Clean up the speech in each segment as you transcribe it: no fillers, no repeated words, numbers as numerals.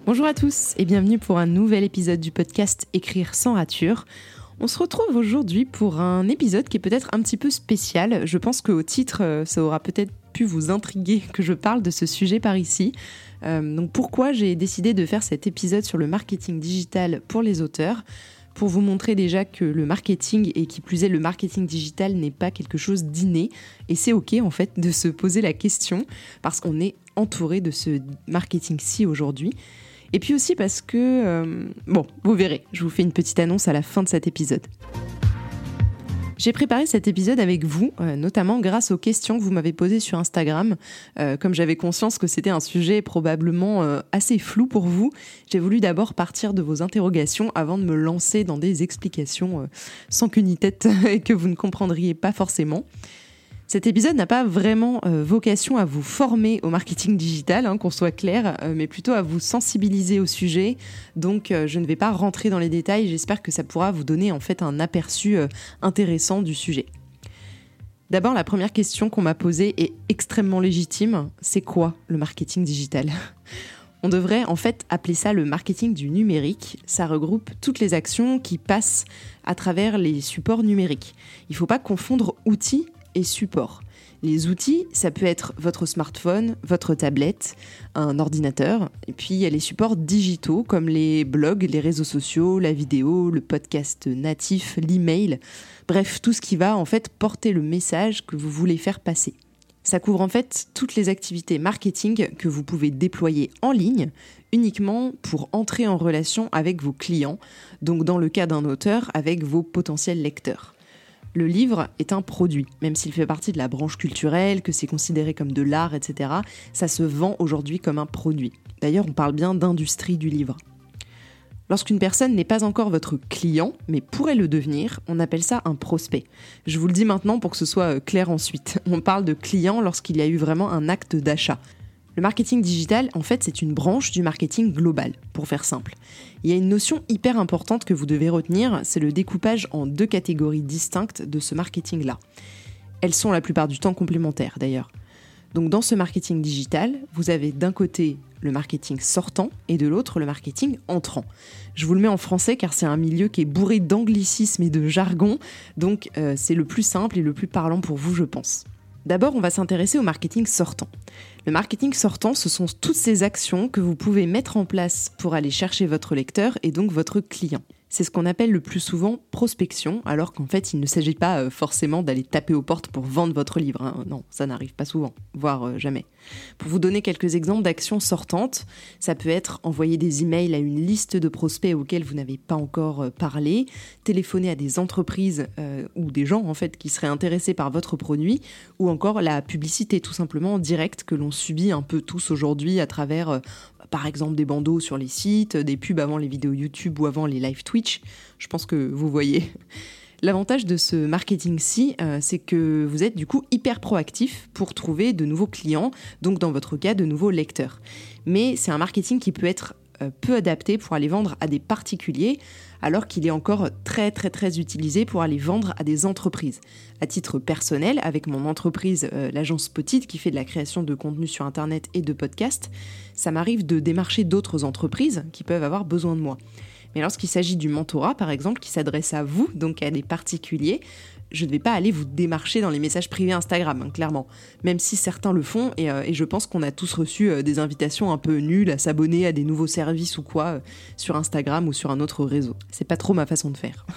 Bonjour à tous et bienvenue pour un nouvel épisode du podcast Écrire sans rature. On se retrouve aujourd'hui pour un épisode qui est peut-être un petit peu spécial. Je pense qu'au titre, ça aura peut-être pu vous intriguer que je parle de ce sujet par ici. Donc pourquoi j'ai décidé de faire cet épisode sur le marketing digital pour les auteurs ? Pour vous montrer déjà que le marketing, et qui plus est le marketing digital, n'est pas quelque chose d'inné. Et c'est ok en fait de se poser la question parce qu'on est entouré de ce marketing-ci aujourd'hui. Et puis aussi parce que, vous verrez, je vous fais une petite annonce à la fin de cet épisode. J'ai préparé cet épisode avec vous, notamment grâce aux questions que vous m'avez posées sur Instagram. Comme j'avais conscience que c'était un sujet probablement assez flou pour vous, j'ai voulu d'abord partir de vos interrogations avant de me lancer dans des explications sans queue ni tête et que vous ne comprendriez pas forcément. Cet épisode n'a pas vraiment vocation à vous former au marketing digital, qu'on soit clair, mais plutôt à vous sensibiliser au sujet. Donc je ne vais pas rentrer dans les détails, j'espère que ça pourra vous donner en fait un aperçu intéressant du sujet. D'abord, la première question qu'on m'a posée est extrêmement légitime. C'est quoi le marketing digital ? On devrait en fait appeler ça le marketing du numérique. Ça regroupe toutes les actions qui passent à travers les supports numériques. Il ne faut pas confondre outils et support. Les outils, ça peut être votre smartphone, votre tablette, un ordinateur, et puis il y a les supports digitaux comme les blogs, les réseaux sociaux, la vidéo, le podcast natif, l'email, bref, tout ce qui va en fait porter le message que vous voulez faire passer. Ça couvre en fait toutes les activités marketing que vous pouvez déployer en ligne uniquement pour entrer en relation avec vos clients, donc dans le cas d'un auteur, avec vos potentiels lecteurs. Le livre est un produit, même s'il fait partie de la branche culturelle, que c'est considéré comme de l'art, etc. Ça se vend aujourd'hui comme un produit. D'ailleurs, on parle bien d'industrie du livre. Lorsqu'une personne n'est pas encore votre client, mais pourrait le devenir, on appelle ça un prospect. Je vous le dis maintenant pour que ce soit clair ensuite. On parle de client lorsqu'il y a eu vraiment un acte d'achat. Le marketing digital, en fait, c'est une branche du marketing global, pour faire simple. Il y a une notion hyper importante que vous devez retenir, c'est le découpage en deux catégories distinctes de ce marketing-là. Elles sont la plupart du temps complémentaires, d'ailleurs. Donc dans ce marketing digital, vous avez d'un côté le marketing sortant et de l'autre le marketing entrant. Je vous le mets en français car c'est un milieu qui est bourré d'anglicismes et de jargon, donc c'est le plus simple et le plus parlant pour vous, je pense. D'abord, on va s'intéresser au marketing sortant. Le marketing sortant, ce sont toutes ces actions que vous pouvez mettre en place pour aller chercher votre lecteur et donc votre client. C'est ce qu'on appelle le plus souvent prospection, alors qu'en fait, il ne s'agit pas forcément d'aller taper aux portes pour vendre votre livre. Non, ça n'arrive pas souvent, voire jamais. Pour vous donner quelques exemples d'actions sortantes, ça peut être envoyer des emails à une liste de prospects auxquels vous n'avez pas encore parlé, téléphoner à des entreprises ou des gens en fait qui seraient intéressés par votre produit, ou encore la publicité tout simplement en direct que l'on subit un peu tous aujourd'hui à travers par exemple des bandeaux sur les sites, des pubs avant les vidéos YouTube ou avant les live Twitch. Je pense que vous voyez. L'avantage de ce marketing-ci, c'est que vous êtes du coup hyper proactif pour trouver de nouveaux clients, donc dans votre cas de nouveaux lecteurs. Mais c'est un marketing qui peut être peu adapté pour aller vendre à des particuliers, alors qu'il est encore très très très utilisé pour aller vendre à des entreprises. À titre personnel, avec mon entreprise, l'agence Potit, qui fait de la création de contenu sur Internet et de podcasts, ça m'arrive de démarcher d'autres entreprises qui peuvent avoir besoin de moi. Mais lorsqu'il s'agit du mentorat, par exemple, qui s'adresse à vous, donc à des particuliers, je ne vais pas aller vous démarcher dans les messages privés Instagram, clairement. Même si certains le font, et je pense qu'on a tous reçu des invitations un peu nulles à s'abonner à des nouveaux services ou quoi, sur Instagram ou sur un autre réseau. C'est pas trop ma façon de faire.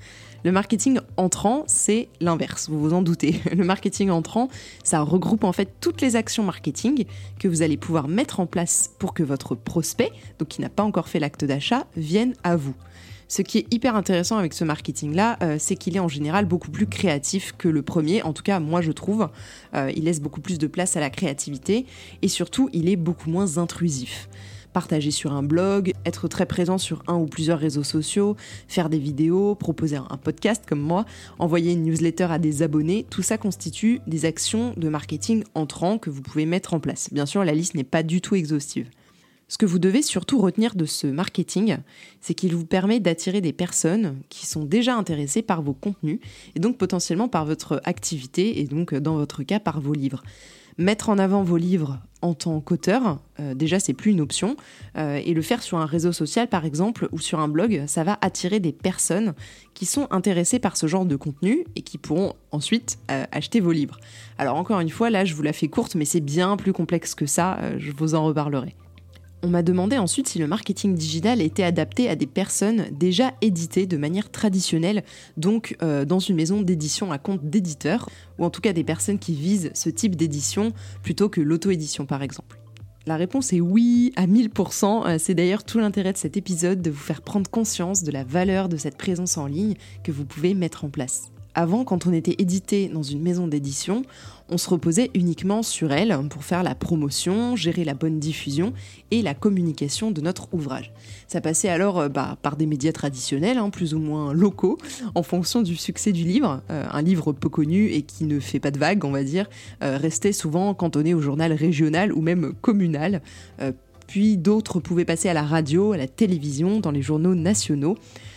Le marketing entrant, c'est l'inverse, vous vous en doutez. Le marketing entrant, ça regroupe en fait toutes les actions marketing que vous allez pouvoir mettre en place pour que votre prospect, donc qui n'a pas encore fait l'acte d'achat, vienne à vous. Ce qui est hyper intéressant avec ce marketing-là, c'est qu'il est en général beaucoup plus créatif que le premier. En tout cas, moi je trouve, il laisse beaucoup plus de place à la créativité et surtout, il est beaucoup moins intrusif. Partager sur un blog, être très présent sur un ou plusieurs réseaux sociaux, faire des vidéos, proposer un podcast comme moi, envoyer une newsletter à des abonnés, tout ça constitue des actions de marketing entrant que vous pouvez mettre en place. Bien sûr, la liste n'est pas du tout exhaustive. Ce que vous devez surtout retenir de ce marketing, c'est qu'il vous permet d'attirer des personnes qui sont déjà intéressées par vos contenus et donc potentiellement par votre activité et donc dans votre cas par vos livres. Mettre en avant vos livres en tant qu'auteur, déjà c'est plus une option, et le faire sur un réseau social par exemple ou sur un blog, ça va attirer des personnes qui sont intéressées par ce genre de contenu et qui pourront ensuite acheter vos livres. Alors encore une fois, là je vous la fais courte, mais c'est bien plus complexe que ça, je vous en reparlerai. On m'a demandé ensuite si le marketing digital était adapté à des personnes déjà éditées de manière traditionnelle, donc dans une maison d'édition à compte d'éditeur, ou en tout cas des personnes qui visent ce type d'édition plutôt que l'auto-édition par exemple. La réponse est oui, à 1000%. C'est d'ailleurs tout l'intérêt de cet épisode, de vous faire prendre conscience de la valeur de cette présence en ligne que vous pouvez mettre en place. Avant, quand on était édité dans une maison d'édition, on se reposait uniquement sur elle pour faire la promotion, gérer la bonne diffusion et la communication de notre ouvrage. Ça passait alors par des médias traditionnels, plus ou moins locaux, en fonction du succès du livre. Un livre peu connu et qui ne fait pas de vagues, on va dire, restait souvent cantonné au journal régional ou même communal. Puis d'autres pouvaient passer à la radio, à la télévision, dans les journaux nationaux.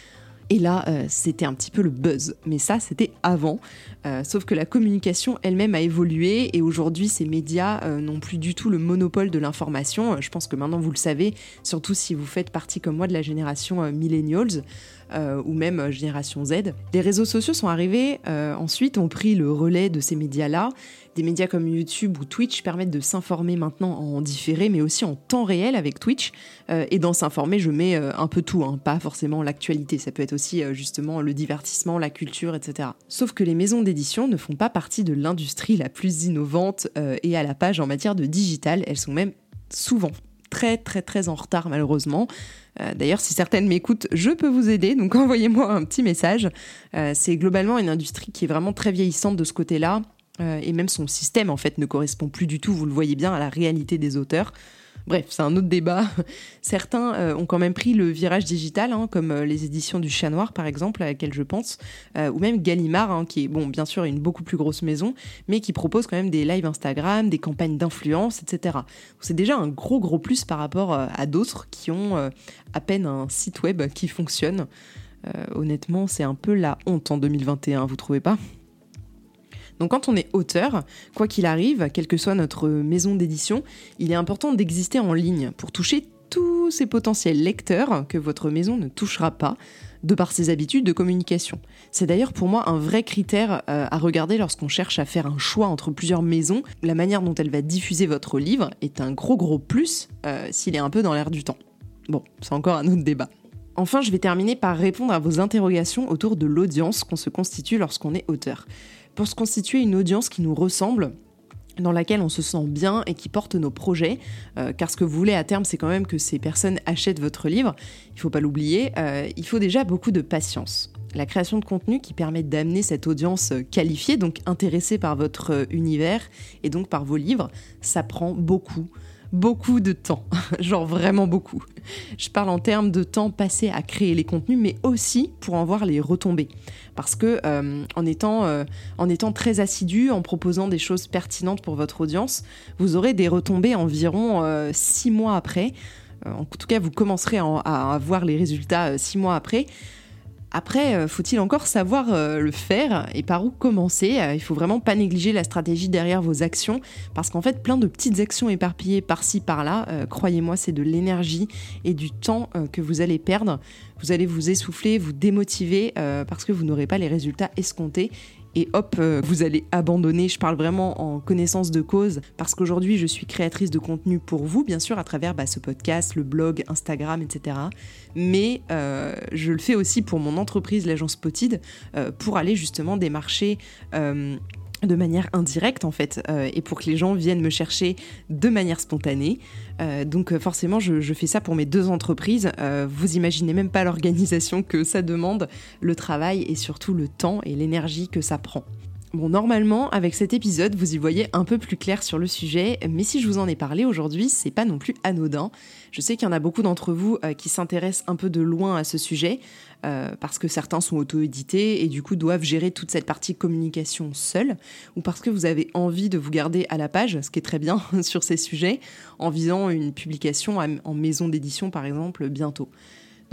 Et là, c'était un petit peu le buzz. Mais ça, c'était avant. Sauf que la communication elle-même a évolué et aujourd'hui, ces médias n'ont plus du tout le monopole de l'information. Je pense que maintenant, vous le savez, surtout si vous faites partie comme moi de la génération millennials ou même génération Z. Les réseaux sociaux sont arrivés, ensuite ont pris le relais de ces médias-là. Des médias comme YouTube ou Twitch permettent de s'informer maintenant en différé, mais aussi en temps réel avec Twitch. Et dans s'informer, je mets un peu tout, pas forcément l'actualité. Ça peut être aussi justement le divertissement, la culture, etc. Sauf que les maisons d'édition ne font pas partie de l'industrie la plus innovante et à la page en matière de digital. Elles sont même souvent très très très en retard malheureusement. D'ailleurs, si certaines m'écoutent, je peux vous aider, donc envoyez-moi un petit message. C'est globalement une industrie qui est vraiment très vieillissante de ce côté-là. Et même son système en fait ne correspond plus du tout, vous le voyez bien, à la réalité des auteurs. Bref, c'est un autre débat. Certains ont quand même pris le virage digital, comme les éditions du Chat Noir par exemple, à laquelle je pense, ou même Gallimard, qui est bien sûr une beaucoup plus grosse maison, mais qui propose quand même des lives Instagram, des campagnes d'influence, etc. C'est déjà un gros plus par rapport à d'autres qui ont à peine un site web qui fonctionne. Honnêtement, c'est un peu la honte en 2021, vous trouvez pas ? Donc quand on est auteur, quoi qu'il arrive, quelle que soit notre maison d'édition, il est important d'exister en ligne pour toucher tous ces potentiels lecteurs que votre maison ne touchera pas, de par ses habitudes de communication. C'est d'ailleurs pour moi un vrai critère à regarder lorsqu'on cherche à faire un choix entre plusieurs maisons. La manière dont elle va diffuser votre livre est un gros plus s'il est un peu dans l'air du temps. Bon, c'est encore un autre débat. Enfin, je vais terminer par répondre à vos interrogations autour de l'audience qu'on se constitue lorsqu'on est auteur. Pour se constituer une audience qui nous ressemble, dans laquelle on se sent bien et qui porte nos projets, car ce que vous voulez à terme, c'est quand même que ces personnes achètent votre livre, il ne faut pas l'oublier, il faut déjà beaucoup de patience. La création de contenu qui permet d'amener cette audience qualifiée, donc intéressée par votre univers et donc par vos livres, ça prend beaucoup de temps, genre vraiment beaucoup. Je parle en termes de temps passé à créer les contenus, mais aussi pour en voir les retombées. Parce que en étant très assidu, en proposant des choses pertinentes pour votre audience, vous aurez des retombées environ 6 mois après. En tout cas, vous commencerez à voir les résultats 6 mois après. Après, faut-il encore savoir le faire et par où commencer ? Il faut vraiment pas négliger la stratégie derrière vos actions parce qu'en fait, plein de petites actions éparpillées par-ci, par-là, croyez-moi, c'est de l'énergie et du temps que vous allez perdre. Vous allez vous essouffler, vous démotiver parce que vous n'aurez pas les résultats escomptés. Et hop, vous allez abandonner. Je parle vraiment en connaissance de cause parce qu'aujourd'hui, je suis créatrice de contenu pour vous, bien sûr, à travers ce podcast, le blog, Instagram, etc. Mais je le fais aussi pour mon entreprise, l'agence Potide, pour aller justement démarcher de manière indirecte en fait, et pour que les gens viennent me chercher de manière spontanée. Donc forcément, je fais ça pour mes 2 entreprises. Vous imaginez même pas l'organisation que ça demande, le travail et surtout le temps et l'énergie que ça prend. Bon, normalement, avec cet épisode, vous y voyez un peu plus clair sur le sujet, mais si je vous en ai parlé aujourd'hui, c'est pas non plus anodin. Je sais qu'il y en a beaucoup d'entre vous qui s'intéressent un peu de loin à ce sujet, parce que certains sont auto-édités et du coup doivent gérer toute cette partie communication seuls, ou parce que vous avez envie de vous garder à la page, ce qui est très bien sur ces sujets, en visant une publication en maison d'édition par exemple bientôt.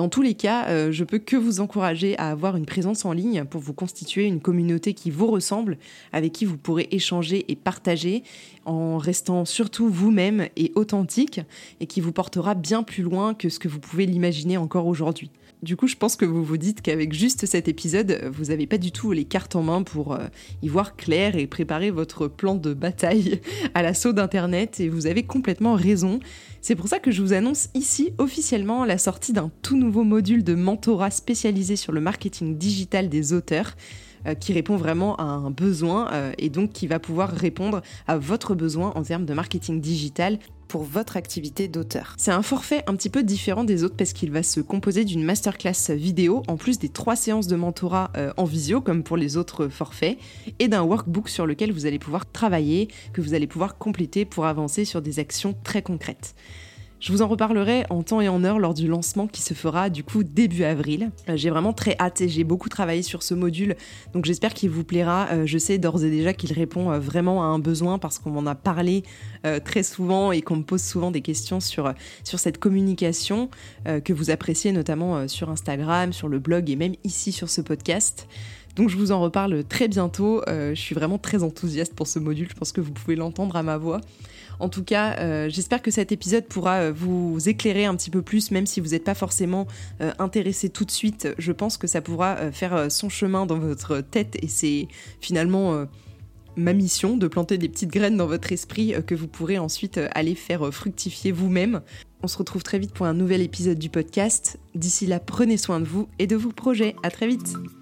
Dans tous les cas, je peux que vous encourager à avoir une présence en ligne pour vous constituer une communauté qui vous ressemble, avec qui vous pourrez échanger et partager en restant surtout vous-même et authentique et qui vous portera bien plus loin que ce que vous pouvez l'imaginer encore aujourd'hui. Du coup, je pense que vous vous dites qu'avec juste cet épisode, vous n'avez pas du tout les cartes en main pour y voir clair et préparer votre plan de bataille à l'assaut d'Internet, et vous avez complètement raison. C'est pour ça que je vous annonce ici officiellement la sortie d'un tout nouveau module de mentorat spécialisé sur le marketing digital des auteurs, qui répond vraiment à un besoin et donc qui va pouvoir répondre à votre besoin en termes de marketing digital pour votre activité d'auteur. C'est un forfait un petit peu différent des autres parce qu'il va se composer d'une masterclass vidéo en plus des 3 séances de mentorat en visio comme pour les autres forfaits et d'un workbook sur lequel vous allez pouvoir travailler, que vous allez pouvoir compléter pour avancer sur des actions très concrètes. Je vous en reparlerai en temps et en heure lors du lancement qui se fera du coup début avril. J'ai vraiment très hâte et j'ai beaucoup travaillé sur ce module, donc j'espère qu'il vous plaira. Je sais d'ores et déjà qu'il répond vraiment à un besoin parce qu'on m'en a parlé très souvent et qu'on me pose souvent des questions sur cette communication que vous appréciez notamment sur Instagram, sur le blog et même ici sur ce podcast. Donc je vous en reparle très bientôt. Je suis vraiment très enthousiaste pour ce module, je pense que vous pouvez l'entendre à ma voix. En tout cas, j'espère que cet épisode pourra vous éclairer un petit peu plus, même si vous n'êtes pas forcément intéressé tout de suite. Je pense que ça pourra faire son chemin dans votre tête et c'est finalement ma mission de planter des petites graines dans votre esprit que vous pourrez ensuite aller faire fructifier vous-même. On se retrouve très vite pour un nouvel épisode du podcast. D'ici là, prenez soin de vous et de vos projets. À très vite.